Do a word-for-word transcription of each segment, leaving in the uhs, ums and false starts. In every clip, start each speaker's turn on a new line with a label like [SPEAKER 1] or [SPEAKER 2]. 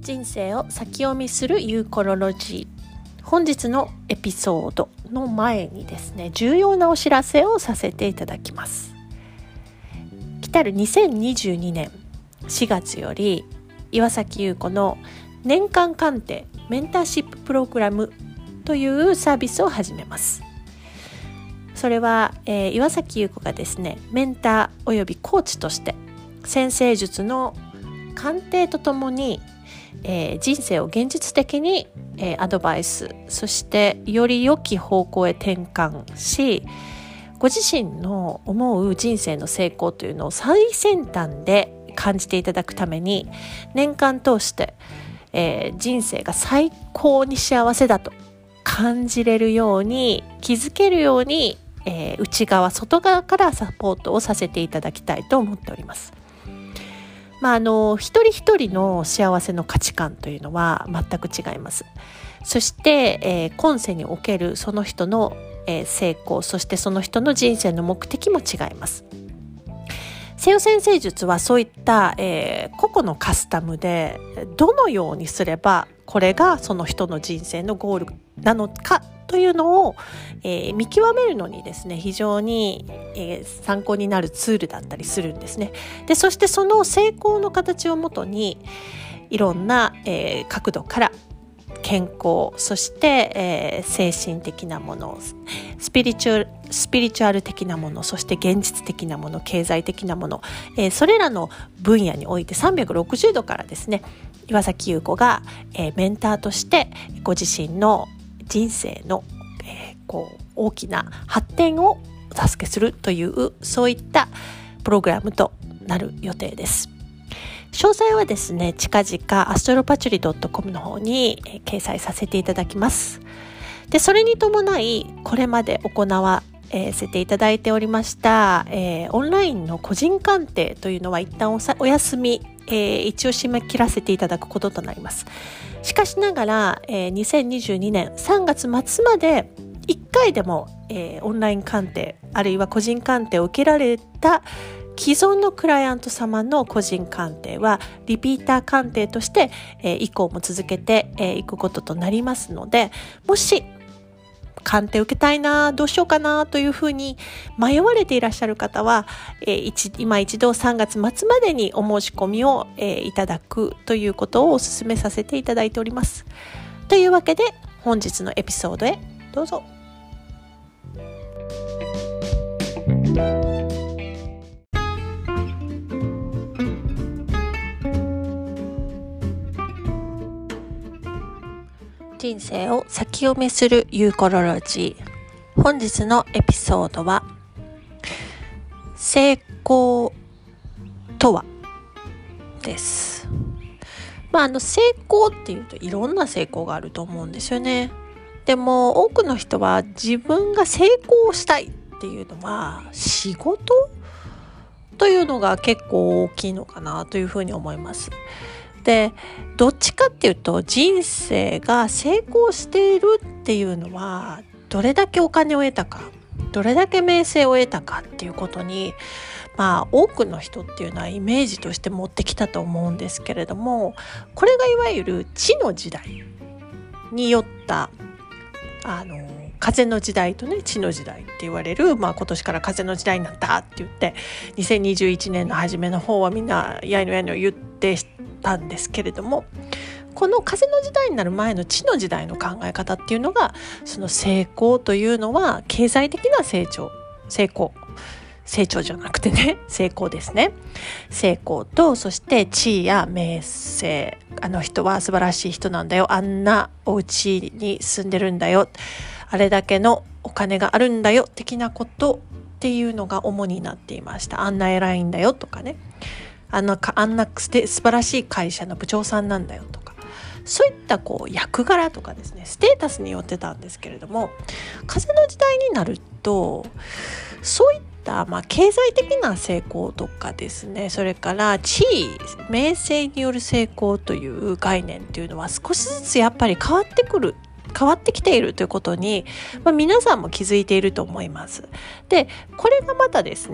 [SPEAKER 1] 人生を先読みするユーコロロジー。本日のエピソードの前にですね、重要なお知らせをさせていただきます。来たるにせんにじゅうにねんしがつより岩崎優子の年間鑑定メンターシッププログラムというサービスを始めます。それは、えー、岩崎優子がですね、メンターおよびコーチとして占星術の鑑定とともに、えー、人生を現実的に、えー、アドバイス、そしてより良き方向へ転換し、ご自身の思う人生の成功というのを最先端で感じていただくために、年間通して、えー、人生が最高に幸せだと感じれるように、気づけるように、えー、内側外側からサポートをさせていただきたいと思っております。まあ、あの一人一人の幸せの価値観というのは全く違います。そして、えー、今世におけるその人の、えー、成功、そしてその人の人生の目的も違います。西洋占星術はそういった、えー、個々のカスタムで、どのようにすればこれがその人の人生のゴールなのかというのを、えー、見極めるのにですね、非常に、えー、参考になるツールだったりするんですね。で、そしてその成功の形をもとにいろんな、えー、角度から健康、そして、えー、精神的なもの、スピリチュアル、スピリチュアル的なもの、そして現実的なもの、経済的なもの、えー、それらの分野においてさんびゃくろくじゅうどからですね、岩崎優子が、えー、メンターとしてご自身の人生の、えー、こう大きな発展をお助けするという、そういったプログラムとなる予定です。詳細はですね、近々アストロパチュリ .com の方に、えー、掲載させていただきます。で、それに伴いこれまで行わせていただいておりました、えー、オンラインの個人鑑定というのは一旦 お, さお休み、えー、一応締め切らせていただくこととなります。しかしながら、えー、にせんにじゅうにねんさんがつ末までいっかいでも、えー、オンライン鑑定あるいは個人鑑定を受けられた既存のクライアント様の個人鑑定はリピーター鑑定として、えー、以降も続けてい、えー、くこととなりますので、もし鑑定受けたいな、どうしようかなというふうに迷われていらっしゃる方は、えー、一今一度さんがつ末までにお申し込みを、えー、いただくということをお勧めさせていただいております。というわけで本日のエピソードへどうぞ。人生を先読みするユーコロロジー。本日のエピソードは、成功とはです。まあ、あの成功っていうといろんな成功があると思うんですよね。でも多くの人は自分が成功したいっていうのは仕事というのが結構大きいのかなというふうに思います。で、どっちかっていうと人生が成功しているっていうのはどれだけお金を得たか、どれだけ名声を得たかっていうことに、まあ多くの人っていうのはイメージとして持ってきたと思うんですけれども、これがいわゆる地の時代によったあの風の時代とね、地の時代って言われる、まあ、今年から風の時代になったって言ってにせんにじゅういちねんの初めの方はみんなやいのやいの言ってたんですけれども、この風の時代になる前の地の時代の考え方っていうのが、その成功というのは経済的な成長、成功成長じゃなくてね、成功ですね。成功と、そして地位や名声、あの人は素晴らしい人なんだよ、あんなお家に住んでるんだよ、あれだけのお金があるんだよ的なことっていうのが主になっていました。あんな偉いんだよとかね、あんなかあんな素晴らしい会社の部長さんなんだよとか、そういったこう役柄とかですね、ステータスによってたんですけれども、風の時代になるとそういったまあ経済的な成功とかですね、それから地位名声による成功という概念っていうのは少しずつやっぱり変わってくる変わってきているということに、まあ、皆さんも気づいていると思います。で、これがまたですね、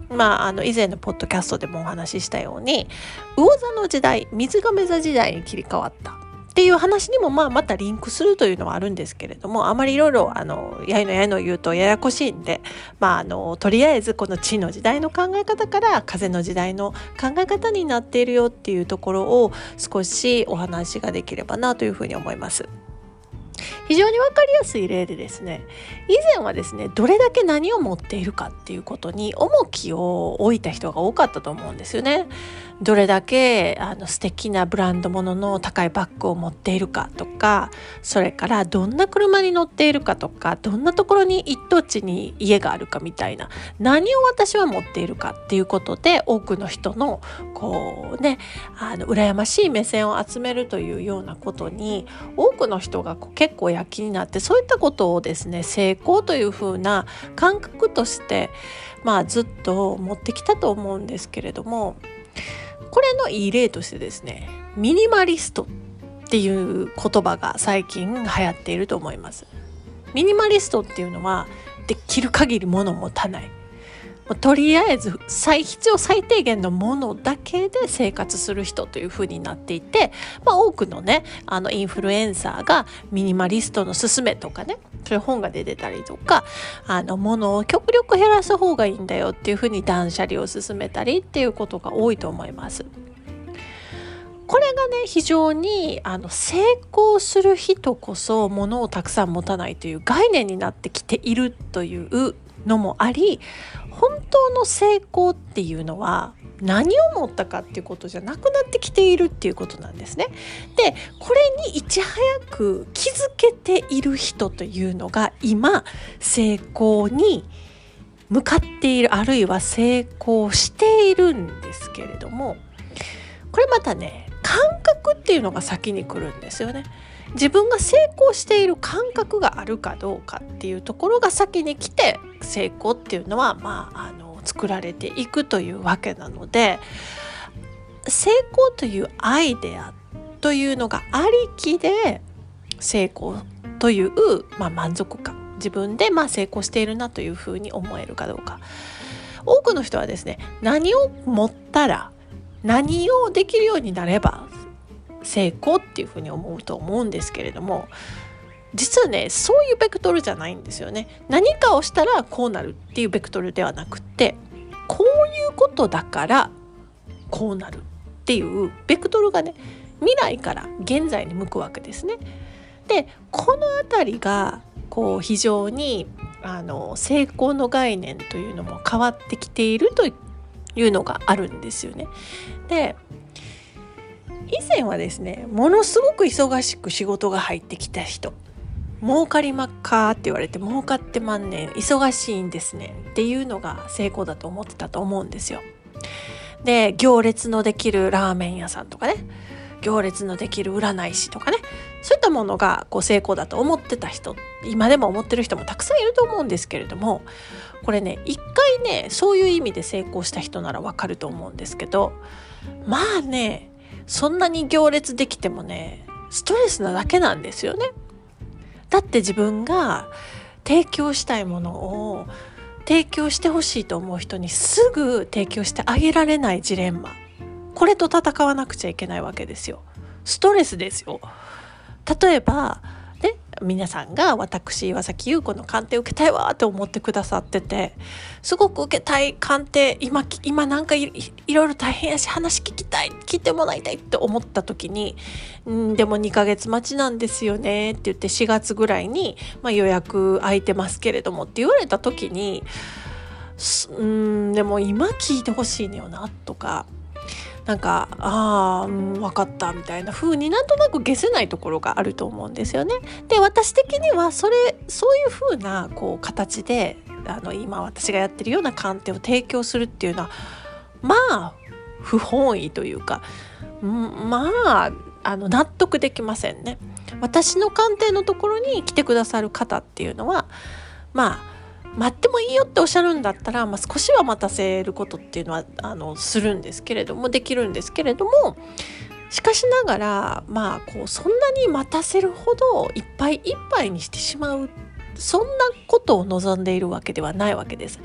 [SPEAKER 1] まあ、あの以前のポッドキャストでもお話ししたように魚座の時代、水亀座時代に切り替わったっていう話にもまあまたリンクするというのはあるんですけれども、あまりいろいろあのやいのやいの言うとややこしいんで、まあ、あのとりあえずこの地の時代の考え方から風の時代の考え方になっているよっていうところを少しお話ができればなというふうに思います。非常に分かりやすい例でですね、以前はですね、どれだけ何を持っているかっていうことに重きを置いた人が多かったと思うんですよね。どれだけあの素敵なブランド物の高いバッグを持っているかとか、それからどんな車に乗っているかとか、どんなところに一等地に家があるかみたいな、何を私は持っているかっていうことで多くの人のこうね、あの羨ましい目線を集めるというようなことに多くの人がこう結構躍起になって、そういったことをですね、成功というふうな感覚としてまあずっと持ってきたと思うんですけれども、これのいい例としてですね、ミニマリストっていう言葉が最近流行っていると思います。ミニマリストっていうのはできる限り物を持たない、とりあえず最必要最低限のものだけで生活する人というふうになっていて、まあ、多くのねあのインフルエンサーがミニマリストの勧めとかね、そういう本が出てたりとか、あの物を極力減らす方がいいんだよっていうふうに断捨離を勧めたりっていうことが多いと思います。これがね非常にあの成功する人こそ物をたくさん持たないという概念になってきているというのもあり、本当の成功っていうのは何を持ったかっていうことじゃなくなってきているっていうことなんですね。で、これにいち早く気づけている人というのが今成功に向かっている、あるいは成功しているんですけれども、これまたね感覚っていうのが先に来るんですよね。自分が成功している感覚があるかどうかっていうところが先に来て、成功っていうのはまああの作られていくというわけなので、成功というアイデアというのがありきで成功という、まあ、満足感、自分でまあ成功しているなというふうに思えるかどうか。多くの人はですね、何を持ったら何をできるようになれば成功っていうふうに思うと思うんですけれども、実はねそういうベクトルじゃないんですよね。何かをしたらこうなるっていうベクトルではなくて、こういうことだからこうなるっていうベクトルがね未来から現在に向くわけですね。で、このあたりがこう非常にあの成功の概念というのも変わってきているというのがあるんですよね。で、以前はですね、ものすごく忙しく仕事が入ってきた人、儲かりまっかって言われて、儲かってまんねん、忙しいんですねっていうのが成功だと思ってたと思うんですよ。で、行列のできるラーメン屋さんとかね、行列のできる占い師とかね、そういったものがこう成功だと思ってた人、今でも思ってる人もたくさんいると思うんですけれども、これね一回ねそういう意味で成功した人ならわかると思うんですけど、まあねそんなに行列できてもねストレスなだけなんですよね。だって自分が提供したいものを提供してほしいと思う人にすぐ提供してあげられないジレンマ、これと戦わなくちゃいけないわけですよ。ストレスですよ。例えばね、皆さんが私岩崎優子の鑑定受けたいわって思ってくださってて、すごく受けたい鑑定、今今なんか い, いろいろ大変やし話聞きたい、聞いてもらいたいって思った時に、んでもにかげつ待ちなんですよねって言ってしがつぐらいに、まあ、予約空いてますけれどもって言われた時に、んでも今聞いてほしいのよなとか、なんかああ、うん、分かったみたいな風になんとなく消せないところがあると思うんですよね。で、私的にはそれそういう風なこう形であの今私がやってるような鑑定を提供するっていうのはまあ不本意というか、まああの納得できませんね。私の鑑定のところに来てくださる方っていうのはまあ待ってもいいよっておっしゃるんだったら、まあ、少しは待たせることっていうのはあのするんですけれども、できるんですけれども、しかしながらまあこうそんなに待たせるほどいっぱいいっぱいにしてしまう、そんなことを望んでいるわけではないわけです。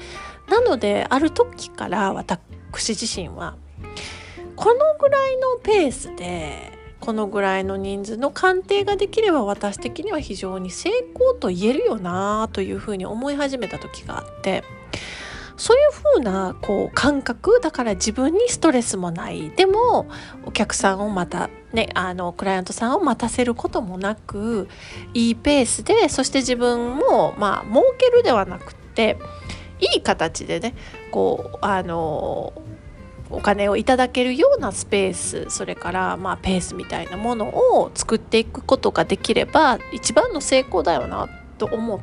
[SPEAKER 1] なのである時から私自身はこのぐらいのペースでこのぐらいの人数の鑑定ができれば私的には非常に成功と言えるよなというふうに思い始めた時があって、そういうふうなこう感覚だから自分にストレスもない、でもお客さんをまたねあのクライアントさんを待たせることもなくいいペースで、そして自分もまあ儲けるではなくっていい形でねこうあのお金をいただけるようなスペース、それからまあペースみたいなものを作っていくことができれば一番の成功だよなと思って、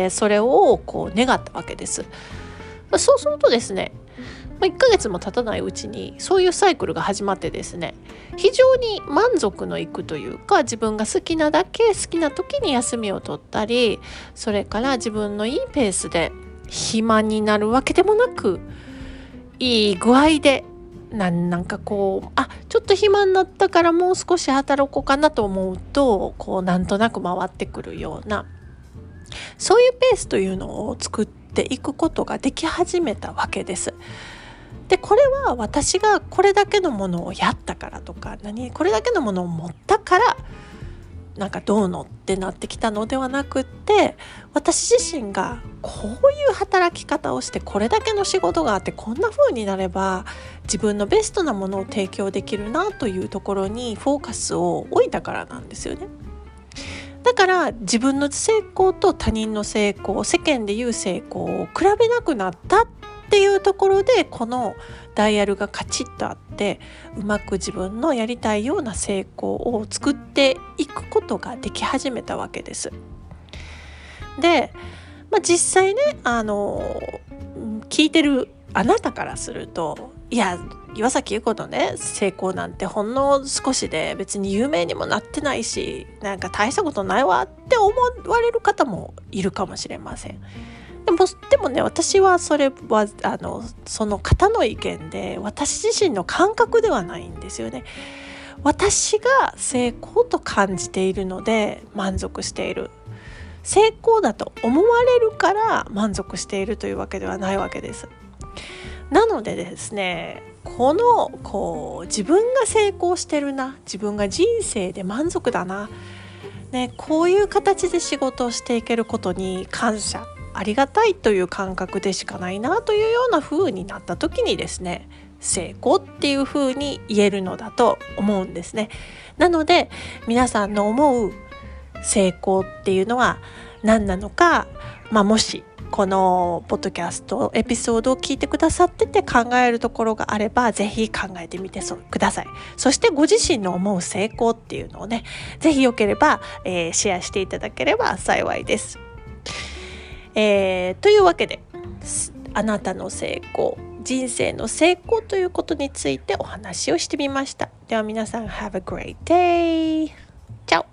[SPEAKER 1] それをこう願ったわけです。そうするとですね、いっかげつも経たないうちにそういうサイクルが始まってですね、非常に満足のいくというか、自分が好きなだけ好きな時に休みを取ったり、それから自分のいいペースで暇になるわけでもなく、いい具合でなんなんかこうあちょっと暇になったからもう少し働こうかなと思うとこうなんとなく回ってくるような、そういうペースというのを作っていくことができ始めたわけです。でこれは私がこれだけのものをやったからとか、何これだけのものを持ったからなんかどうのってなってきたのではなくって、私自身がこういう働き方をしてこれだけの仕事があってこんな風になれば自分のベストなものを提供できるなというところにフォーカスを置いたからなんですよね。だから自分の成功と他人の成功、世間でいう成功を比べなくなったっていうところで、このダイヤルがカチッとあってうまく自分のやりたいような成功を作っていくことができ始めたわけです。で、まあ、実際ねあの聞いてるあなたからすると、いや岩崎優子のね成功なんてほんの少しで別に有名にもなってないしなんか大したことないわって思われる方もいるかもしれません。でも、でもね私はそれはあのその方の意見で、私自身の感覚ではないんですよね。私が成功と感じているので満足している、成功だと思われるから満足しているというわけではないわけです。なのでですね、このこう自分が成功してるな、自分が人生で満足だな、ね、こういう形で仕事をしていけることに感謝ありがたいという感覚でしかないなというような風になった時にですね、成功っていう風に言えるのだと思うんですね。なので皆さんの思う成功っていうのは何なのか、まあ、もしこのポッドキャストエピソードを聞いてくださってて考えるところがあればぜひ考えてみてください。そしてご自身の思う成功っていうのをね、ぜひよければ、えー、シェアしていただければ幸いです。えー、というわけであなたの成功、人生の成功ということについてお話をしてみました。では皆さん Have a great day! チャオ